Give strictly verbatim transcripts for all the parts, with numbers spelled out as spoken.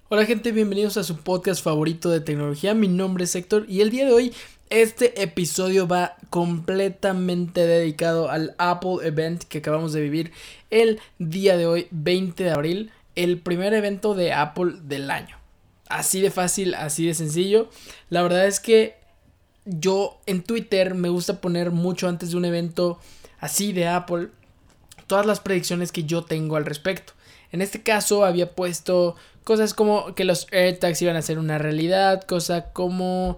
Hola gente, bienvenidos a su podcast favorito de tecnología. Mi nombre es Héctor y el día de hoy este episodio va completamente dedicado al Apple Event que acabamos de vivir el día de hoy, veinte de abril, el primer evento de Apple del año. Así de fácil, así de sencillo. La verdad es que yo en Twitter me gusta poner mucho antes de un evento así de Apple todas las predicciones que yo tengo al respecto. En este caso había puesto cosas como que los AirTags iban a ser una realidad, cosa como,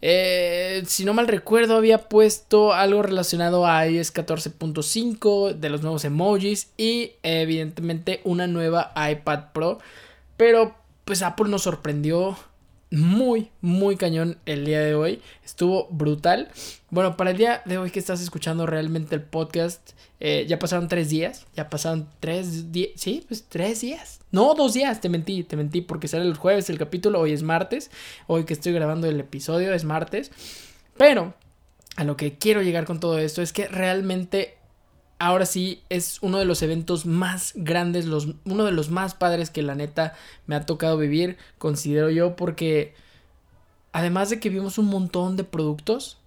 eh, si no mal recuerdo, había puesto algo relacionado a iOS catorce punto cinco, de los nuevos emojis y evidentemente una nueva iPad Pro. Pero pues Apple nos sorprendió muy, muy cañón el día de hoy. Estuvo brutal. Bueno, para el día de hoy que estás escuchando realmente el podcast, eh, ya pasaron tres días. Ya pasaron tres días. Sí, pues tres días. No, dos días. Te mentí, te mentí porque sale el jueves el capítulo. Hoy es martes. Hoy que estoy grabando el episodio es martes. Pero a lo que quiero llegar con todo esto es que realmente ahora sí es uno de los eventos más grandes, los, uno de los más padres que la neta me ha tocado vivir, considero yo, porque además de que vimos un montón de productos,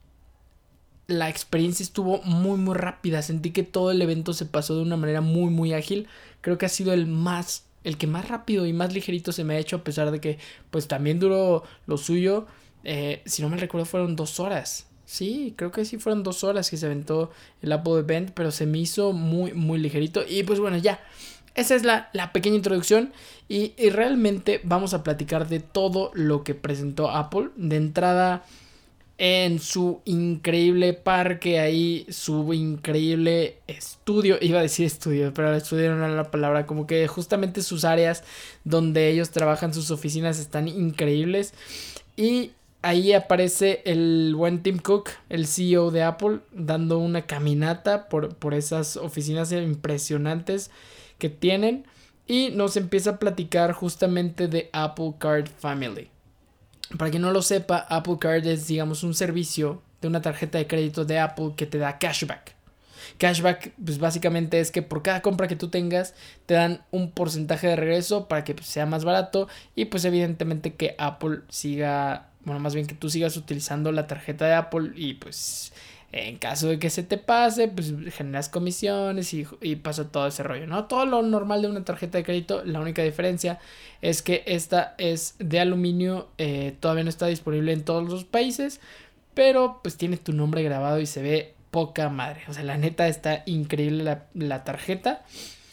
la experiencia estuvo muy muy rápida. Sentí que todo el evento se pasó de una manera muy muy ágil. Creo que ha sido el más, el que más rápido y más ligerito se me ha hecho, a pesar de que pues también duró lo suyo. Eh, si no me recuerdo fueron dos horas. Sí, creo que sí fueron dos horas que se aventó el Apple Event, pero se me hizo muy, muy ligerito. Y pues bueno, ya, esa es la, la pequeña introducción y, y realmente vamos a platicar de todo lo que presentó Apple. De entrada, en su increíble parque ahí, su increíble estudio, iba a decir estudio, pero el estudio no era la palabra, como que justamente sus áreas donde ellos trabajan, sus oficinas están increíbles. Y ahí aparece el buen Tim Cook, el C E O de Apple, dando una caminata por, por esas oficinas impresionantes que tienen. Y nos empieza a platicar justamente de Apple Card Family. Para quien no lo sepa, Apple Card es, digamos, un servicio de una tarjeta de crédito de Apple que te da cashback. Cashback, pues básicamente es que por cada compra que tú tengas te dan un porcentaje de regreso para que pues, sea más barato y pues evidentemente que Apple siga, bueno, más bien que tú sigas utilizando la tarjeta de Apple y pues en caso de que se te pase, pues generas comisiones y, y pasa todo ese rollo, ¿no? Todo lo normal de una tarjeta de crédito. La única diferencia es que esta es de aluminio, eh, todavía no está disponible en todos los países, pero pues tiene tu nombre grabado y se ve poca madre. O sea, la neta está increíble la, la tarjeta.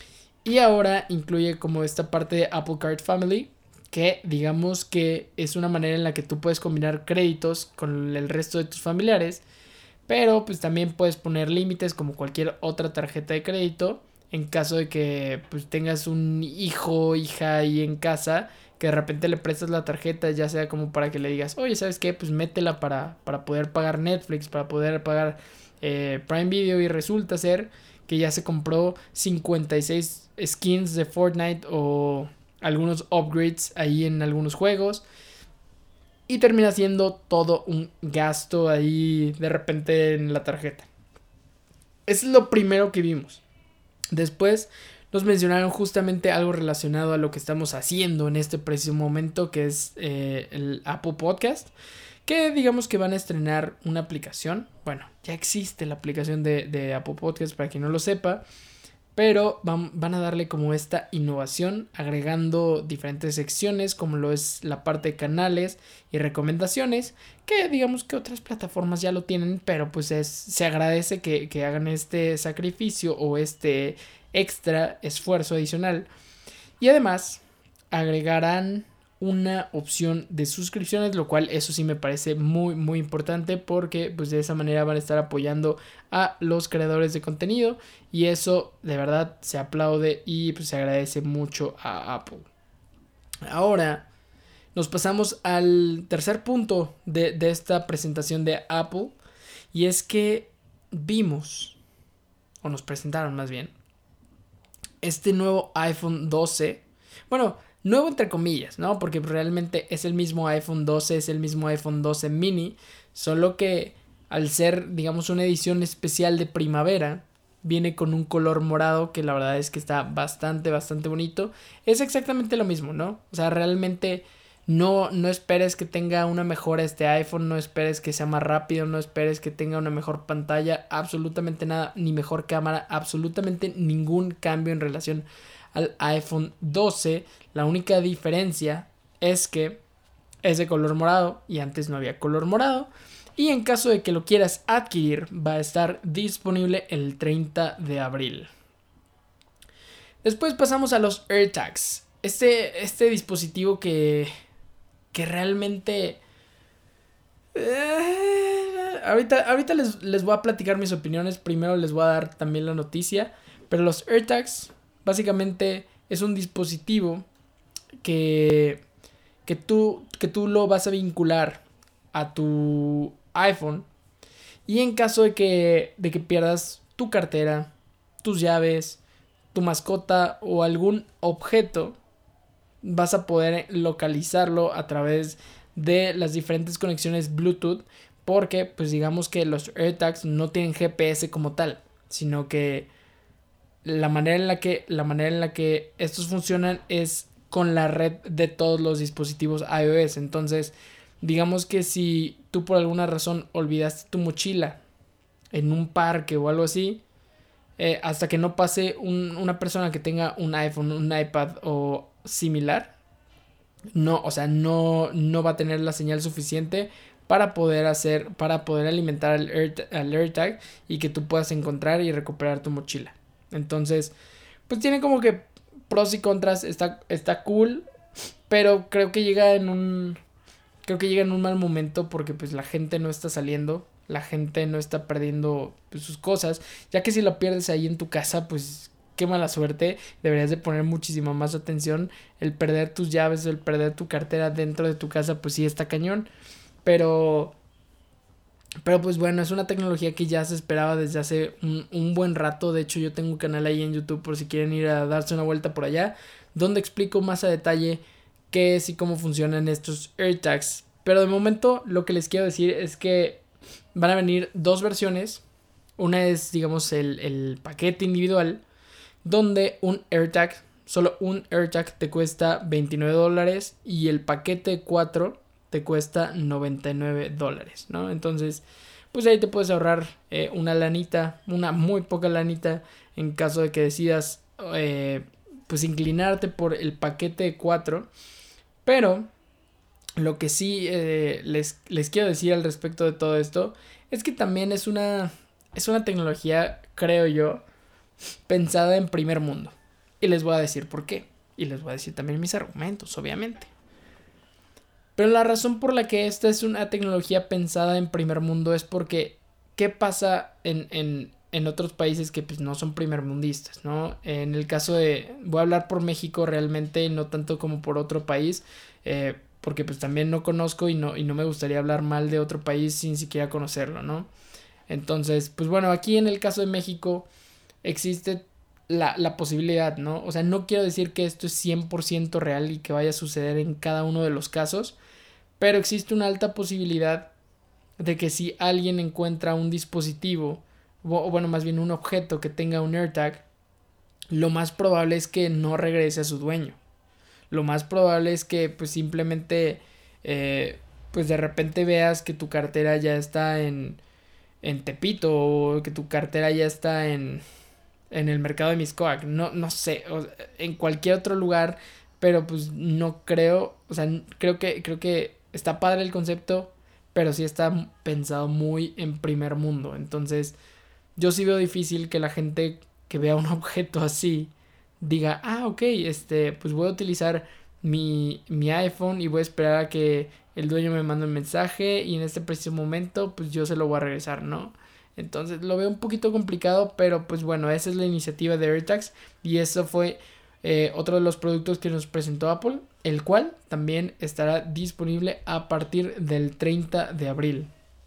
Y ahora incluye como esta parte de Apple Card Family, que digamos que es una manera en la que tú puedes combinar créditos con el resto de tus familiares. Pero pues también puedes poner límites como cualquier otra tarjeta de crédito. En caso de que pues tengas un hijo o hija ahí en casa, que de repente le prestas la tarjeta, ya sea como para que le digas, oye, ¿sabes qué? Pues métela para, para poder pagar Netflix, para poder pagar eh, Prime Video, y resulta ser que ya se compró cincuenta y seis skins de Fortnite o algunos upgrades ahí en algunos juegos. Y termina siendo todo un gasto ahí de repente en la tarjeta. Eso es lo primero que vimos. Después nos mencionaron justamente algo relacionado a lo que estamos haciendo en este preciso momento, que es eh, el Apple Podcast. Que digamos que van a estrenar una aplicación. Bueno, ya existe la aplicación de, de Apple Podcast para quien no lo sepa. Pero van, van a darle como esta innovación, agregando diferentes secciones como lo es la parte de canales y recomendaciones, que digamos que otras plataformas ya lo tienen, pero pues es, se agradece que, que hagan este sacrificio o este extra esfuerzo adicional. Y además agregarán una opción de suscripciones, lo cual eso sí me parece muy muy importante, porque pues de esa manera van a estar apoyando a los creadores de contenido y eso de verdad se aplaude y pues se agradece mucho a Apple. Ahora nos pasamos al tercer punto de, de esta presentación de Apple, y es que vimos, o nos presentaron más bien, este nuevo iPhone doce. Bueno, nuevo entre comillas, ¿no? Porque realmente es el mismo iPhone doce, es el mismo iPhone doce mini, solo que al ser, digamos, una edición especial de primavera, viene con un color morado que la verdad es que está bastante, bastante bonito. Es exactamente lo mismo, ¿no? O sea, realmente no, no esperes que tenga una mejora este iPhone, no esperes que sea más rápido, no esperes que tenga una mejor pantalla, absolutamente nada, ni mejor cámara, absolutamente ningún cambio en relación al iPhone doce. La única diferencia es que es de color morado y antes no había color morado. Y en caso de que lo quieras adquirir, va a estar disponible el treinta de abril. Después pasamos a los AirTags. Este, este dispositivo que, que realmente... Eh, ahorita ahorita les, les voy a platicar mis opiniones. Primero les voy a dar también la noticia. Pero los AirTags básicamente es un dispositivo que, que, tú, que tú lo vas a vincular a tu iPhone, y en caso de que, de que pierdas tu cartera, tus llaves, tu mascota o algún objeto, vas a poder localizarlo a través de las diferentes conexiones Bluetooth, porque pues digamos que los AirTags no tienen G P S como tal, sino que la manera en la que la manera en la que estos funcionan es con la red de todos los dispositivos iOS. Entonces, digamos que si tú por alguna razón olvidaste tu mochila en un parque o algo así, eh, hasta que no pase un, una persona que tenga un iPhone, un iPad o similar, no, o sea, no, no va a tener la señal suficiente para poder hacer, para poder alimentar al, Air, al AirTag y que tú puedas encontrar y recuperar tu mochila. Entonces, pues tiene como que pros y contras, está, está cool, pero creo que llega en un... Creo que llega en un mal momento porque pues la gente no está saliendo, la gente no está perdiendo pues, sus cosas, ya que si lo pierdes ahí en tu casa, pues qué mala suerte, deberías de poner muchísima más atención. El perder tus llaves, el perder tu cartera dentro de tu casa, pues sí está cañón, pero... Pero pues bueno, es una tecnología que ya se esperaba desde hace un, un buen rato. De hecho, yo tengo un canal ahí en YouTube por si quieren ir a darse una vuelta por allá, donde explico más a detalle qué es y cómo funcionan estos AirTags. Pero de momento lo que les quiero decir es que van a venir dos versiones. Una es, digamos, el, el paquete individual, donde un AirTag, solo un AirTag te cuesta veintinueve dólares y el paquete de cuatro te cuesta noventa y nueve dólares, ¿no? Entonces, pues ahí te puedes ahorrar eh, una lanita, una muy poca lanita, en caso de que decidas, eh, pues, inclinarte por el paquete de cuatro. Pero lo que sí eh, les, les quiero decir al respecto de todo esto es que también es una, es una tecnología, creo yo, pensada en primer mundo. Y les voy a decir por qué. Y les voy a decir también mis argumentos, obviamente. Pero la razón por la que esta es una tecnología pensada en primer mundo es porque ¿qué pasa en, en, en otros países que pues no son primermundistas, ¿no? En el caso de... Voy a hablar por México realmente, no tanto como por otro país, eh, porque pues también no conozco y no, y no me gustaría hablar mal de otro país sin siquiera conocerlo, ¿no? Entonces, pues bueno, aquí en el caso de México existe la, la posibilidad, ¿no? O sea, no quiero decir que esto es cien por ciento real y que vaya a suceder en cada uno de los casos, pero existe una alta posibilidad de que si alguien encuentra un dispositivo, o bueno, más bien un objeto que tenga un AirTag, lo más probable es que no regrese a su dueño. Lo más probable es que pues simplemente, eh, pues de repente veas que tu cartera ya está en, en Tepito o que tu cartera ya está en, en el mercado de Mixcoac. No, no sé, o, en cualquier otro lugar, pero pues no creo, o sea, creo que, creo que está padre el concepto, pero sí está pensado muy en primer mundo. Entonces, yo sí veo difícil que la gente que vea un objeto así diga, ah, ok, este, pues voy a utilizar mi, mi iPhone y voy a esperar a que el dueño me mande un mensaje y en este preciso momento, pues yo se lo voy a regresar, ¿no? Entonces, lo veo un poquito complicado, pero pues bueno, esa es la iniciativa de AirTags y eso fue eh, otro de los productos que nos presentó Apple, el cual también estará disponible a partir del treinta de abril.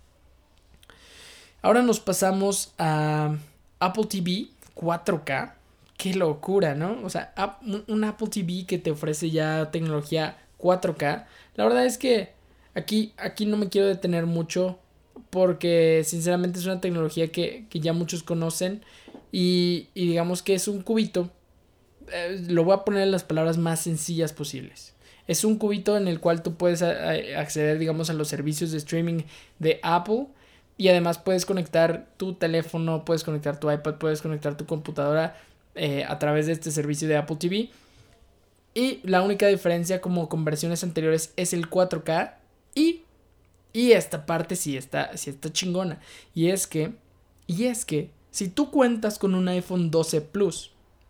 Ahora nos pasamos a Apple T V cuatro K. Qué locura, ¿no? O sea, un Apple T V que te ofrece ya tecnología cuatro K. La verdad es que aquí, aquí no me quiero detener mucho porque sinceramente es una tecnología que, que ya muchos conocen Y, y digamos que es un cubito, eh, lo voy a poner en las palabras más sencillas posibles. Es un cubito en el cual tú puedes a, a acceder, digamos, a los servicios de streaming de Apple. Y además puedes conectar tu teléfono, puedes conectar tu iPad, puedes conectar tu computadora eh, a través de este servicio de Apple T V. Y la única diferencia como con versiones anteriores es el cuatro K. Y, y esta parte sí está, sí está chingona. Y es que, y es que, si tú cuentas con un iPhone doce Plus,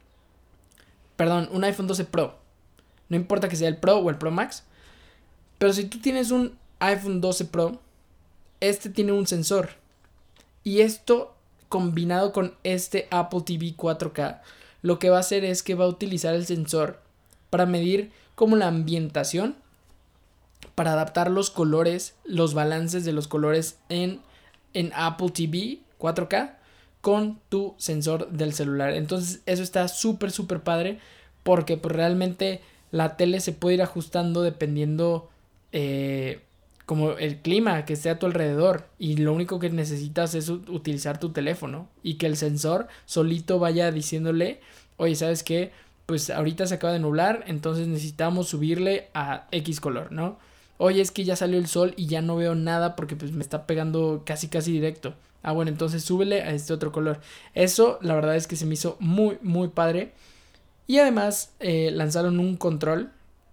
perdón, un iPhone doce Pro, no importa que sea el Pro o el Pro Max, pero si tú tienes un iPhone doce Pro, este tiene un sensor. Y esto combinado con este Apple T V cuatro K, lo que va a hacer es que va a utilizar el sensor para medir como la ambientación, para adaptar los colores, los balances de los colores en, en Apple T V cuatro K con tu sensor del celular. Entonces eso está súper súper padre, porque pues realmente la tele se puede ir ajustando dependiendo eh, como el clima que esté a tu alrededor, y lo único que necesitas es u- utilizar tu teléfono y que el sensor solito vaya diciéndole, oye, ¿sabes qué? Pues ahorita se acaba de nublar, entonces necesitamos subirle a X color, ¿no? Oye, es que ya salió el sol y ya no veo nada porque pues me está pegando casi casi directo. Ah, bueno, entonces súbele a este otro color. Eso la verdad es que se me hizo muy muy padre. Y además eh, lanzaron un control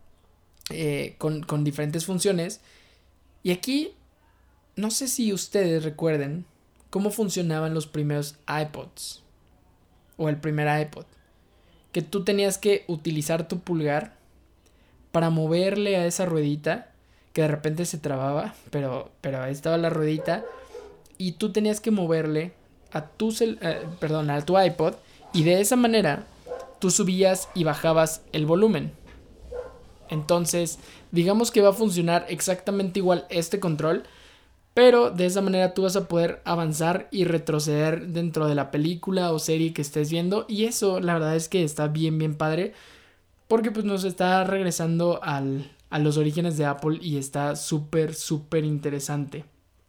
eh, con, con diferentes funciones. Y aquí no sé si ustedes recuerden cómo funcionaban los primeros iPods o el primer iPod. Que tú tenías que utilizar tu pulgar para moverle a esa ruedita que de repente se trababa, pero, pero ahí estaba la ruedita, y tú tenías que moverle a tu, cel, eh, perdón, a tu iPod, y de esa manera tú subías y bajabas el volumen. Entonces, digamos que va a funcionar exactamente igual este control, pero de esa manera tú vas a poder avanzar y retroceder dentro de la película o serie que estés viendo, y eso la verdad es que está bien bien padre, porque pues nos está regresando al, a los orígenes de Apple, y está súper súper interesante.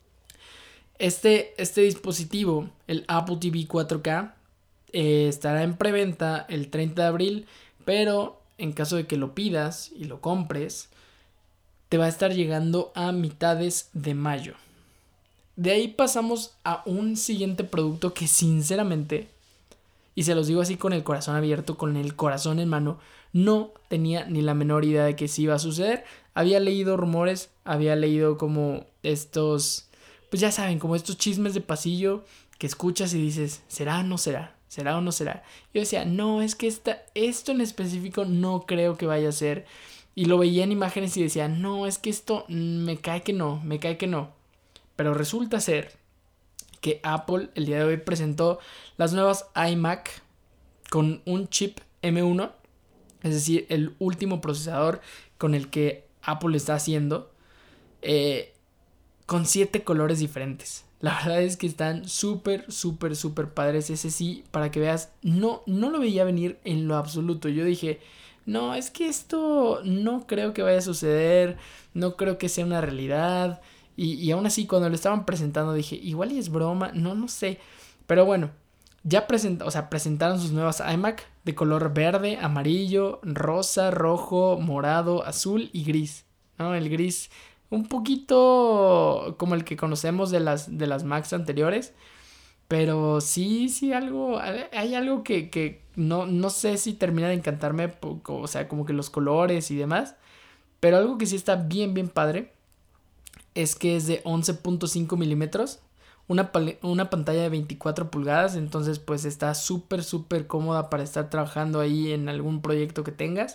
Este, este dispositivo, el Apple T V cuatro K, eh, estará en preventa el treinta de abril, pero en caso de que lo pidas y lo compres, te va a estar llegando a mitades de mayo. De ahí pasamos a un siguiente producto que sinceramente, y se los digo así con el corazón abierto, con el corazón en mano, no tenía ni la menor idea de que sí iba a suceder. Había leído rumores, había leído como estos, pues ya saben, como estos chismes de pasillo que escuchas y dices, ¿será o no será? ¿Será o no será? Yo decía, no, es que esta, esto en específico no creo que vaya a ser. Y lo veía en imágenes y decía, no, es que esto me cae que no, me cae que no. Pero resulta ser que Apple el día de hoy presentó las nuevas iMac con un chip M uno, es decir, el último procesador con el que Apple está haciendo, eh, con siete colores diferentes. La verdad es que están súper, súper, súper padres. Ese sí, para que veas, no, no lo veía venir en lo absoluto. Yo dije, no, es que esto no creo que vaya a suceder, no creo que sea una realidad. Y, y aún así, cuando lo estaban presentando, dije, igual y es broma, no, no sé. Pero bueno, ya present, o sea, presentaron sus nuevas iMac de color verde, amarillo, rosa, rojo, morado, azul y gris, ¿no? El gris un poquito como el que conocemos de las, de las Macs anteriores. Pero sí, sí, algo, hay algo que, que no, no sé si termina de encantarme, o sea, como que los colores y demás. Pero algo que sí está bien, bien padre es que es de once punto cinco milímetros, una, una pantalla de veinticuatro pulgadas, entonces pues está súper, súper cómoda para estar trabajando ahí en algún proyecto que tengas.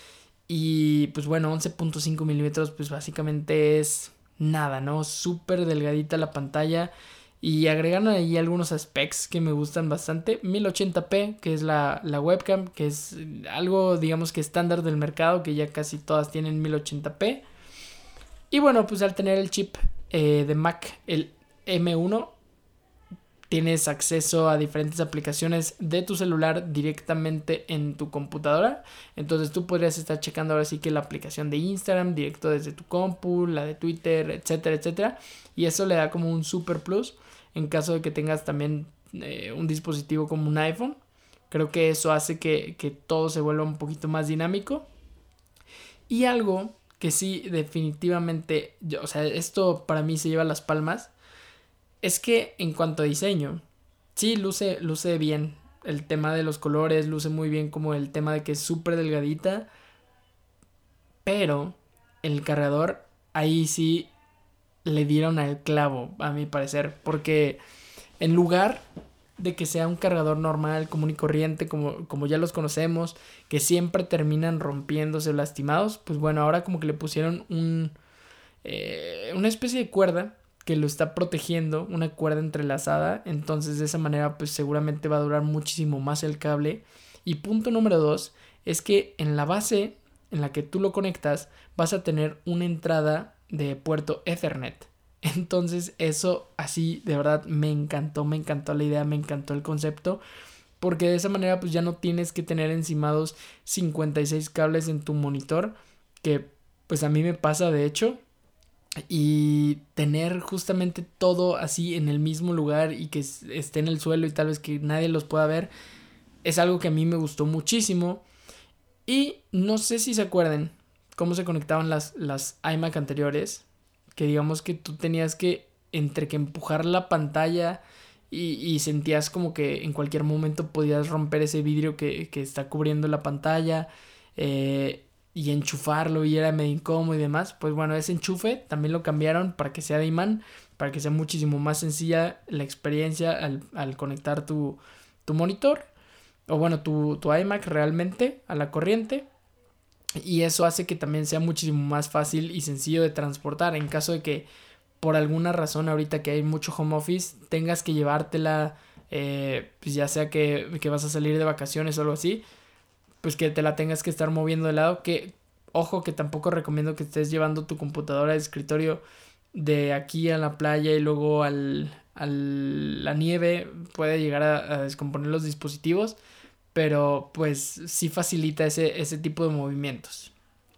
Y pues bueno, once punto cinco milímetros pues básicamente es nada, ¿no? Súper delgadita la pantalla. Y agregaron ahí algunos specs que me gustan bastante. mil ochenta p, que es la, la webcam, que es algo digamos que estándar del mercado, que ya casi todas tienen mil ochenta p. Y bueno, pues al tener el chip eh, de Mac, el M uno, tienes acceso a diferentes aplicaciones de tu celular directamente en tu computadora. Entonces tú podrías estar checando ahora sí que la aplicación de Instagram directo desde tu compu, la de Twitter, etcétera, etcétera. Y eso le da como un super plus en caso de que tengas también eh, un dispositivo como un iPhone. Creo que eso hace que, que todo se vuelva un poquito más dinámico. Y algo que sí definitivamente, yo, o sea, esto para mí se lleva las palmas, es que en cuanto a diseño, sí, luce, luce bien el tema de los colores, luce muy bien como el tema de que es súper delgadita, pero el cargador ahí sí le dieron al clavo, a mi parecer, porque en lugar de que sea un cargador normal, común y corriente, como, como ya los conocemos, que siempre terminan rompiéndose o lastimados, pues bueno, ahora como que le pusieron un eh, una especie de cuerda que lo está protegiendo, una cuerda entrelazada, entonces de esa manera pues seguramente va a durar muchísimo más el cable. Y punto número dos es que en la base en la que tú lo conectas vas a tener una entrada de puerto Ethernet. Entonces eso así de verdad me encantó, me encantó la idea, me encantó el concepto, porque de esa manera pues ya no tienes que tener encimados cincuenta y seis cables en tu monitor, que pues a mí me pasa de hecho, y tener justamente todo así en el mismo lugar y que esté en el suelo y tal vez que nadie los pueda ver, es algo que a mí me gustó muchísimo. Y no sé si se acuerdan cómo se conectaban las, las iMac anteriores, que digamos que tú tenías que entre que empujar la pantalla y, y sentías como que en cualquier momento podías romper ese vidrio que, que está cubriendo la pantalla, eh, y enchufarlo y era medio incómodo y demás. Pues bueno, ese enchufe también lo cambiaron para que sea de imán, para que sea muchísimo más sencilla la experiencia al, al conectar tu, tu monitor, o bueno, tu, tu iMac realmente a la corriente. Y eso hace que también sea muchísimo más fácil y sencillo de transportar. En caso de que por alguna razón ahorita que hay mucho home office tengas que llevártela, eh, pues ya sea que, que vas a salir de vacaciones o algo así, pues que te la tengas que estar moviendo de lado. Que ojo, que tampoco recomiendo que estés llevando tu computadora de escritorio de aquí a la playa y luego al, a la nieve. Puede llegar a, a descomponer los dispositivos, pero pues sí facilita ese, ese tipo de movimientos.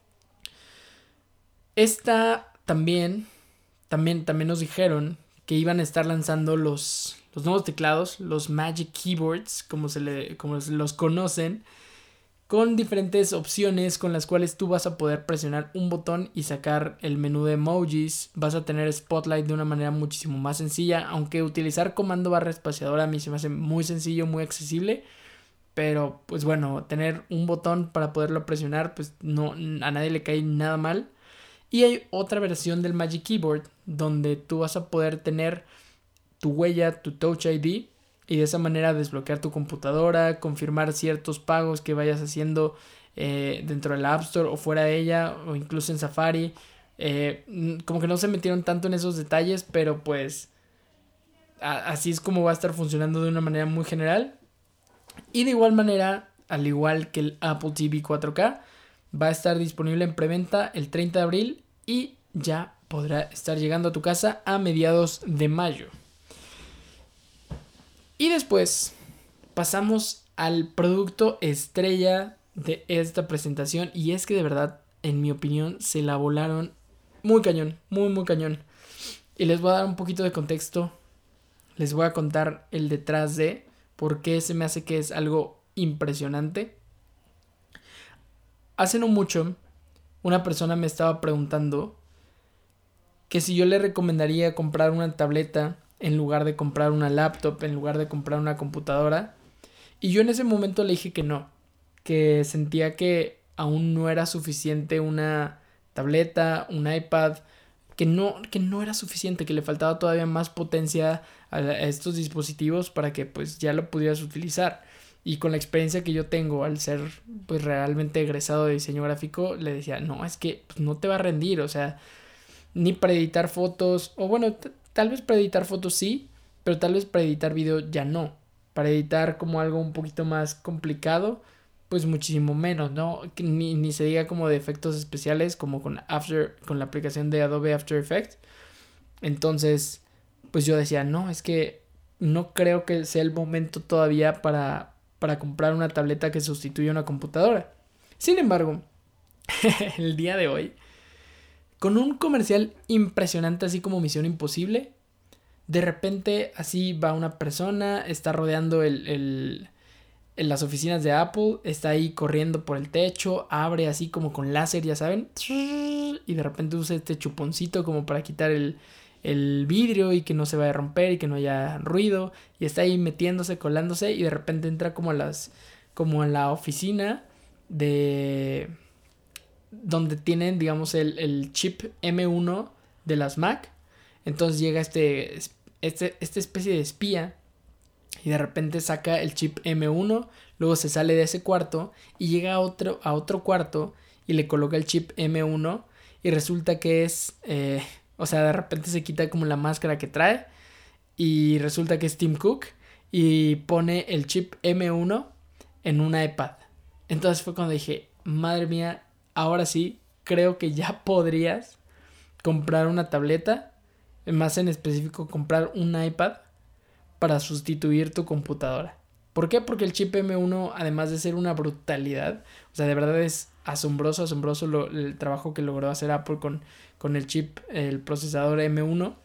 Esta también, también, también nos dijeron que iban a estar lanzando los, los nuevos teclados, los Magic Keyboards, como se, le, como se los conocen, con diferentes opciones con las cuales tú vas a poder presionar un botón y sacar el menú de emojis. Vas a tener Spotlight de una manera muchísimo más sencilla, aunque utilizar comando barra espaciadora a mí se me hace muy sencillo, muy accesible. Pero pues bueno, tener un botón para poderlo presionar, pues no, a nadie le cae nada mal. Y hay otra versión del Magic Keyboard donde tú vas a poder tener tu huella, tu Touch I D, y de esa manera desbloquear tu computadora, confirmar ciertos pagos que vayas haciendo eh, dentro de la App Store o fuera de ella, o incluso en Safari. Eh, como que no se metieron tanto en esos detalles, pero pues a- así es como va a estar funcionando de una manera muy general. Y de igual manera, al igual que el Apple T V cuatro K, va a estar disponible en preventa el treinta de abril y ya podrá estar llegando a tu casa a mediados de mayo. Y después pasamos al producto estrella de esta presentación, y es que de verdad, en mi opinión, se la volaron muy cañón, muy muy cañón. Y les voy a dar un poquito de contexto, les voy a contar el detrás de por qué se me hace que es algo impresionante. Hace no mucho, una persona me estaba preguntando que si yo le recomendaría comprar una tableta en lugar de comprar una laptop, en lugar de comprar una computadora. Y yo en ese momento le dije que no, que sentía que aún no era suficiente una tableta, un iPad, que no, que no era suficiente, que le faltaba todavía más potencia a, a estos dispositivos para que pues ya lo pudieras utilizar. Y con la experiencia que yo tengo al ser pues realmente egresado de diseño gráfico, le decía, no, es que pues, no te va a rendir, o sea, ni para editar fotos, o bueno, t- tal vez para editar fotos sí, pero tal vez para editar video ya no. Para editar como algo un poquito más complicado, pues muchísimo menos, ¿no? Que Ni, ni se diga como de efectos especiales, como con After, con la aplicación de Adobe After Effects. Entonces, pues yo decía, no, es que no creo que sea el momento todavía para, para comprar una tableta que sustituya una computadora. Sin embargo, el día de hoy, con un comercial impresionante así como Misión Imposible, De repente así va una persona, está rodeando el, el, en las oficinas de Apple, está ahí corriendo por el techo, abre así como con láser, ya saben, y de repente usa este chuponcito como para quitar el, el vidrio y que no se vaya a romper y que no haya ruido, y está ahí metiéndose, colándose, y de repente entra como a las, como a la oficina de donde tienen, digamos, el, el chip eme uno de las Mac. Entonces llega este, este, esta especie de espía y de repente saca el chip eme uno, luego se sale de ese cuarto y llega a otro, a otro cuarto y le coloca el chip eme uno y resulta que es, eh, o sea, de repente se quita como la máscara que trae y resulta que es Tim Cook y pone el chip eme uno en un iPad. Entonces fue cuando dije, madre mía, ahora sí, creo que ya podrías comprar una tableta, más en específico comprar un iPad para sustituir tu computadora. ¿Por qué? Porque el chip eme uno, además de ser una brutalidad, o sea, de verdad es asombroso, asombroso lo, el trabajo que logró hacer Apple con, con el chip, el procesador eme uno.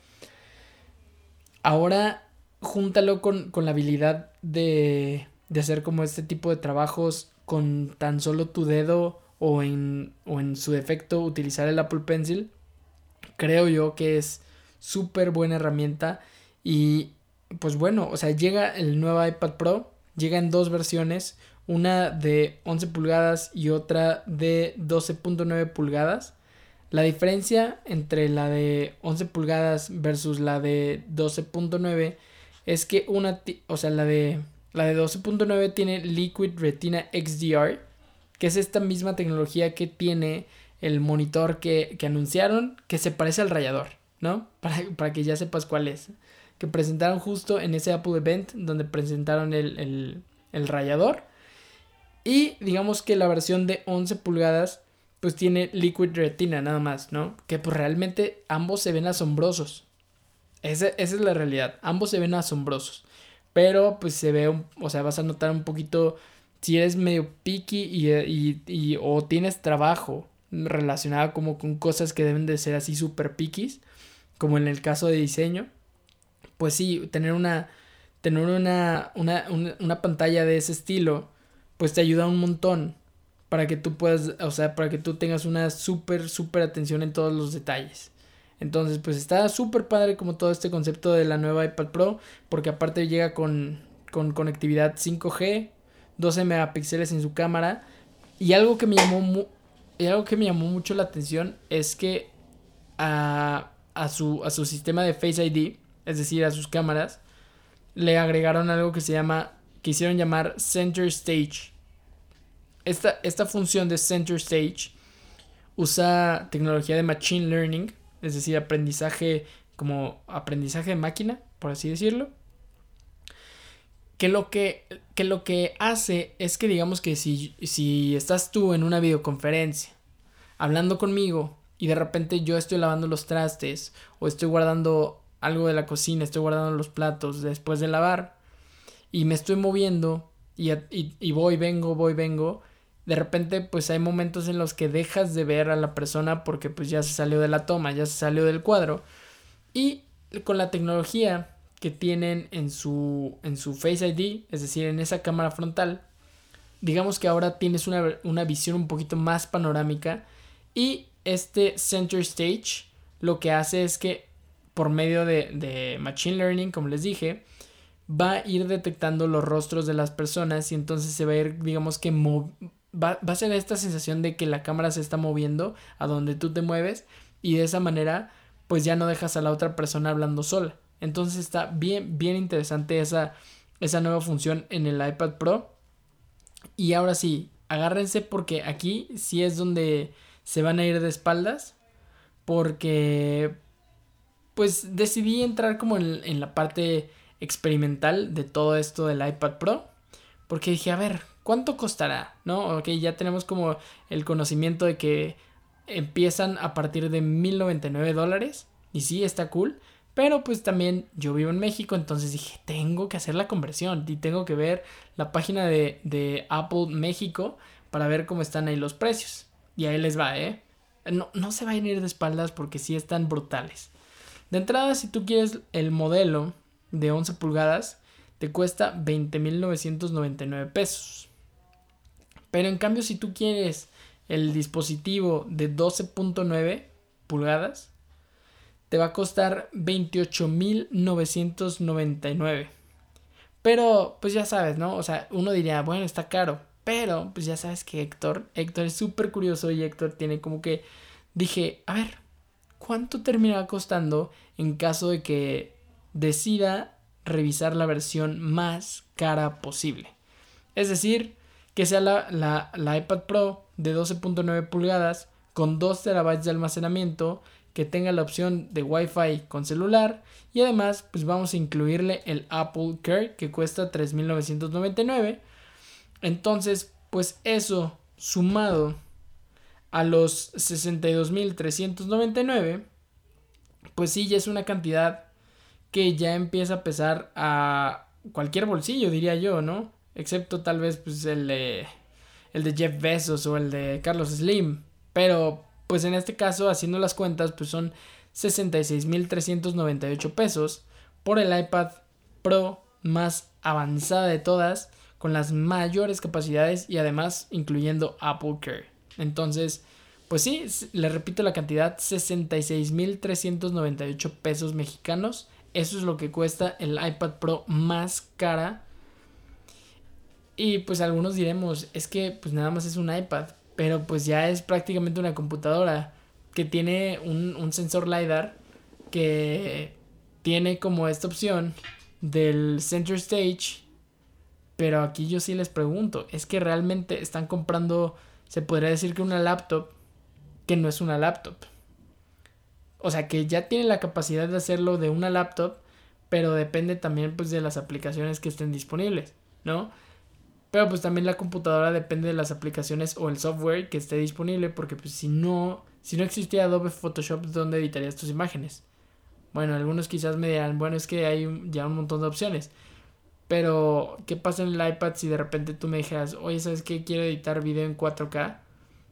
Ahora, júntalo con, con la habilidad de, de hacer como este tipo de trabajos con tan solo tu dedo o en, o en su defecto utilizar el Apple Pencil. Creo yo que es súper buena herramienta y pues bueno, o sea, llega el nuevo iPad Pro, llega en dos versiones, una de once pulgadas y otra de doce punto nueve pulgadas. La diferencia entre la de once pulgadas versus la de doce punto nueve es que una, o sea, la de la de doce punto nueve tiene Liquid Retina equis de are, que es esta misma tecnología que tiene el monitor que, que anunciaron, que se parece al rayador, ¿no? Para, para que ya sepas cuál es. Que presentaron justo en ese Apple Event donde presentaron el, el, el rayador. Y digamos que la versión de once pulgadas pues tiene Liquid Retina nada más, ¿no? Que pues realmente ambos se ven asombrosos. Esa, esa es la realidad. Ambos se ven asombrosos. Pero pues se ve, un, o sea, vas a notar un poquito si eres medio picky y, y, y o tienes trabajo relacionado como con cosas que deben de ser así súper piquis, como en el caso de diseño. Pues sí, tener una tener una, una, una, una pantalla de ese estilo, pues te ayuda un montón para que tú puedas, o sea, para que tú tengas una súper, súper atención en todos los detalles. Entonces, pues está súper padre como todo este concepto de la nueva iPad Pro, porque aparte llega con, con conectividad cinco G, doce megapíxeles en su cámara, y algo que me llamó, mu- y algo que me llamó mucho la atención es que a, a, su, a su sistema de Face I D, es decir, a sus cámaras, le agregaron algo que se llama, que hicieron llamar Center Stage. Esta, esta función de Center Stage usa tecnología de Machine Learning, es decir, aprendizaje como aprendizaje de máquina, por así decirlo. Que lo que, que, lo que hace es que digamos que si, si estás tú en una videoconferencia hablando conmigo y de repente yo estoy lavando los trastes o estoy guardando algo de la cocina, estoy guardando los platos después de lavar y me estoy moviendo y, y, y voy, vengo, voy, vengo, de repente pues hay momentos en los que dejas de ver a la persona porque pues ya se salió de la toma, ya se salió del cuadro, y con la tecnología que tienen en su, en su Face I D, es decir, en esa cámara frontal, digamos que ahora tienes una, una visión un poquito más panorámica, y este Center Stage lo que hace es que por medio de, de Machine Learning, como les dije, va a ir detectando los rostros de las personas y entonces se va a ir, digamos que mov- va, va a ser esta sensación de que la cámara se está moviendo a donde tú te mueves, y de esa manera pues ya no dejas a la otra persona hablando sola. Entonces está bien, bien interesante esa, esa nueva función en el iPad Pro. Y ahora sí, agárrense porque aquí sí es donde se van a ir de espaldas, porque pues decidí entrar como en, en la parte experimental de todo esto del iPad Pro, porque dije, a ver, ¿cuánto costará? ¿No? Ok, ya tenemos como el conocimiento de que empiezan a partir de mil noventa y nueve dólares, y sí, está cool, pero pues también yo vivo en México, entonces dije, tengo que hacer la conversión y tengo que ver la página de, de Apple México para ver cómo están ahí los precios. Y ahí les va, ¿eh? No, no se vayan a ir de espaldas porque sí están brutales. De entrada, si tú quieres el modelo de once pulgadas, te cuesta veinte mil novecientos noventa y nueve pesos. Pero en cambio, si tú quieres el dispositivo de doce punto nueve pulgadas, te va a costar veintiocho mil novecientos noventa y nueve. Pero, pues ya sabes, ¿no? O sea, uno diría, bueno, está caro. Pero, pues ya sabes que Héctor, Héctor es súper curioso y Héctor tiene como que... Dije, a ver, ¿cuánto terminará costando en caso de que decida revisar la versión más cara posible? Es decir, que sea la, la, la iPad Pro de doce punto nueve pulgadas con dos terabytes de almacenamiento, que tenga la opción de Wi-Fi con celular y además pues vamos a incluirle el Apple Care que cuesta tres mil novecientos noventa y nueve. Entonces pues eso sumado a los sesenta y dos mil trescientos noventa y nueve, pues sí, ya es una cantidad que ya empieza a pesar a cualquier bolsillo, diría yo, ¿no? Excepto tal vez pues el de, el de Jeff Bezos o el de Carlos Slim. Pero pues en este caso, haciendo las cuentas, pues son sesenta y seis mil trescientos noventa y ocho pesos por el iPad Pro más avanzada de todas, con las mayores capacidades y además incluyendo Apple Care. Entonces, pues sí, le repito la cantidad, sesenta y seis mil trescientos noventa y ocho pesos mexicanos. Eso es lo que cuesta el iPad Pro más cara. Y pues algunos diremos, es que pues nada más es un iPad, pero pues ya es prácticamente una computadora que tiene un, un sensor LiDAR, que tiene como esta opción del Center Stage. Pero aquí yo sí les pregunto, ¿es que realmente están comprando, se podría decir que una laptop que no es una laptop? O sea, que ya tiene la capacidad de hacerlo de una laptop, pero depende también pues de las aplicaciones que estén disponibles, ¿no? Pero pues también la computadora depende de las aplicaciones o el software que esté disponible, porque pues si no, si no existía Adobe Photoshop, ¿dónde editarías tus imágenes? Bueno, algunos quizás me dirán, bueno, es que hay un, ya un montón de opciones. Pero, ¿qué pasa en el iPad si de repente tú me dijeras, oye, ¿sabes qué? Quiero editar video en cuatro K.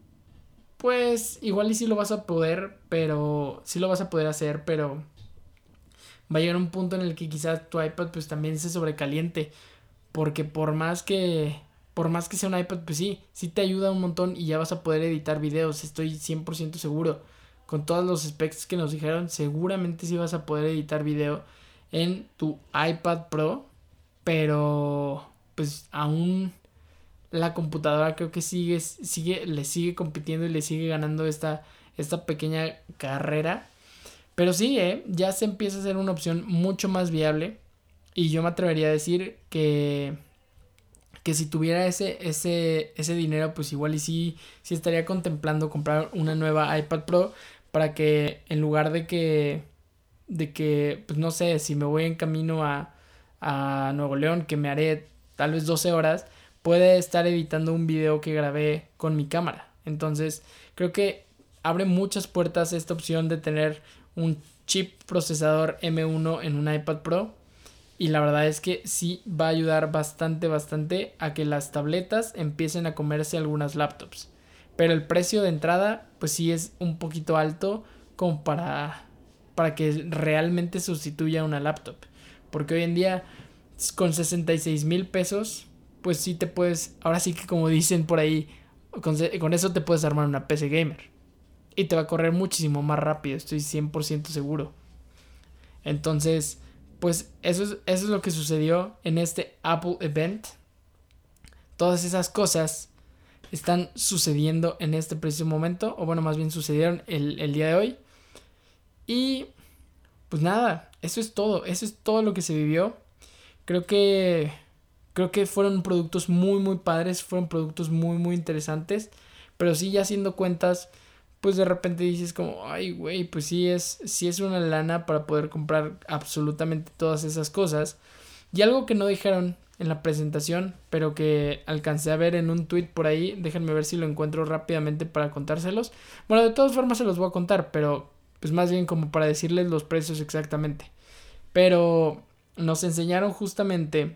Pues igual y sí lo vas a poder, pero sí lo vas a poder hacer, pero va a llegar un punto en el que quizás tu iPad pues también se sobrecaliente. Porque por más que por más que sea un iPad, pues sí, sí te ayuda un montón y ya vas a poder editar videos, estoy cien por ciento seguro. Con todos los specs que nos dijeron, seguramente sí vas a poder editar video en tu iPad Pro. Pero pues aún la computadora creo que sigue, sigue, le sigue compitiendo y le sigue ganando esta, esta pequeña carrera. Pero sí, ¿eh? Ya se empieza a ser una opción mucho más viable. Y yo me atrevería a decir que, que si tuviera ese, ese, ese dinero, pues igual y sí, sí estaría contemplando comprar una nueva iPad Pro, para que en lugar de que, de que pues no sé, si me voy en camino a, a Nuevo León, que me haré tal vez doce horas, puede estar editando un video que grabé con mi cámara. Entonces creo que abre muchas puertas esta opción de tener un chip procesador M uno en un iPad Pro. Y la verdad es que sí va a ayudar bastante, bastante a que las tabletas empiecen a comerse algunas laptops. Pero el precio de entrada, pues sí es un poquito alto como para, para que realmente sustituya una laptop. Porque hoy en día, con sesenta y seis mil pesos, pues sí te puedes, ahora sí que como dicen por ahí, con, con eso te puedes armar una P C gamer. Y te va a correr muchísimo más rápido, estoy cien por ciento seguro. Entonces, pues eso es, eso es lo que sucedió en este Apple Event. Todas esas cosas están sucediendo en este preciso momento, o bueno, más bien sucedieron el, el día de hoy. Y pues nada, eso es todo, eso es todo lo que se vivió. Creo que creo que fueron productos muy muy padres, fueron productos muy muy interesantes, pero sí, ya haciendo cuentas, pues de repente dices como, ay güey, pues sí es, sí es una lana para poder comprar absolutamente todas esas cosas. Y algo que no dijeron en la presentación, pero que alcancé a ver en un tweet por ahí, déjenme ver si lo encuentro rápidamente para contárselos. Bueno, de todas formas se los voy a contar, pero pues más bien como para decirles los precios exactamente. Pero nos enseñaron justamente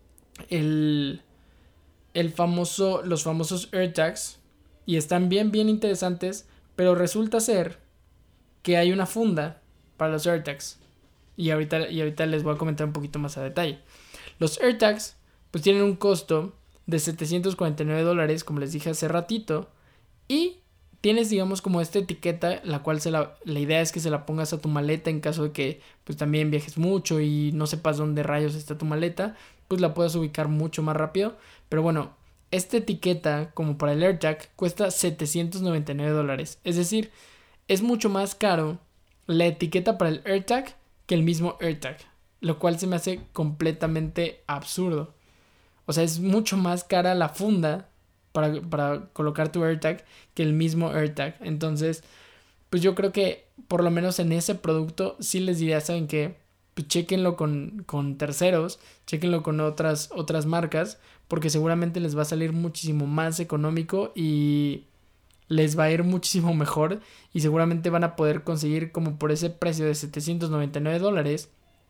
el, el famoso, los famosos AirTags, y están bien bien interesantes. Pero resulta ser que hay una funda para los AirTags. Y ahorita, y ahorita les voy a comentar un poquito más a detalle. Los AirTags pues tienen un costo de setecientos cuarenta y nueve dólares, como les dije hace ratito. Y tienes, digamos, como esta etiqueta, la cual se la, la idea es que se la pongas a tu maleta en caso de que pues también viajes mucho y no sepas dónde rayos está tu maleta, pues la puedas ubicar mucho más rápido. Pero bueno, esta etiqueta, como para el AirTag, cuesta setecientos noventa y nueve dólares. Es decir, es mucho más caro la etiqueta para el AirTag que el mismo AirTag, lo cual se me hace completamente absurdo. O sea, es mucho más cara la funda para, para colocar tu AirTag que el mismo AirTag. Entonces, pues yo creo que por lo menos en ese producto sí les diría, ¿saben qué? Pues chéquenlo con, con terceros, chéquenlo con otras, otras marcas, porque seguramente les va a salir muchísimo más económico y les va a ir muchísimo mejor, y seguramente van a poder conseguir como por ese precio de setecientos noventa y nueve dólares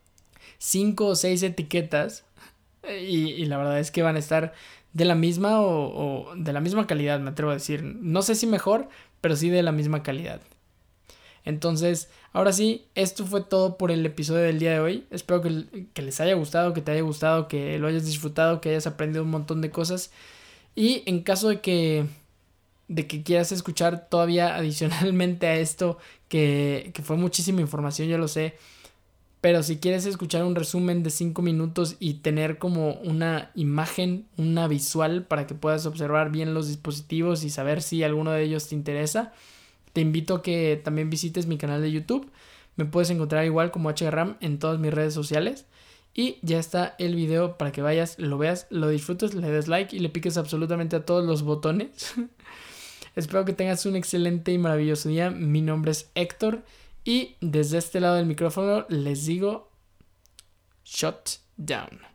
cinco o seis etiquetas, y, y la verdad es que van a estar de la misma o, o de la misma calidad, me atrevo a decir. No sé si mejor, pero sí de la misma calidad. Entonces, ahora sí, esto fue todo por el episodio del día de hoy. Espero que, que les haya gustado, que te haya gustado, que lo hayas disfrutado, que hayas aprendido un montón de cosas. Y en caso de que, de que quieras escuchar todavía adicionalmente a esto, que, que fue muchísima información, yo lo sé, pero si quieres escuchar un resumen de cinco minutos y tener como una imagen, una visual para que puedas observar bien los dispositivos y saber si alguno de ellos te interesa, te invito a que también visites mi canal de YouTube. Me puedes encontrar igual como H Ram en todas mis redes sociales. Y ya está el video para que vayas, lo veas, lo disfrutes, le des like y le piques absolutamente a todos los botones. Espero que tengas un excelente y maravilloso día. Mi nombre es Héctor. Y desde este lado del micrófono les digo, shut down.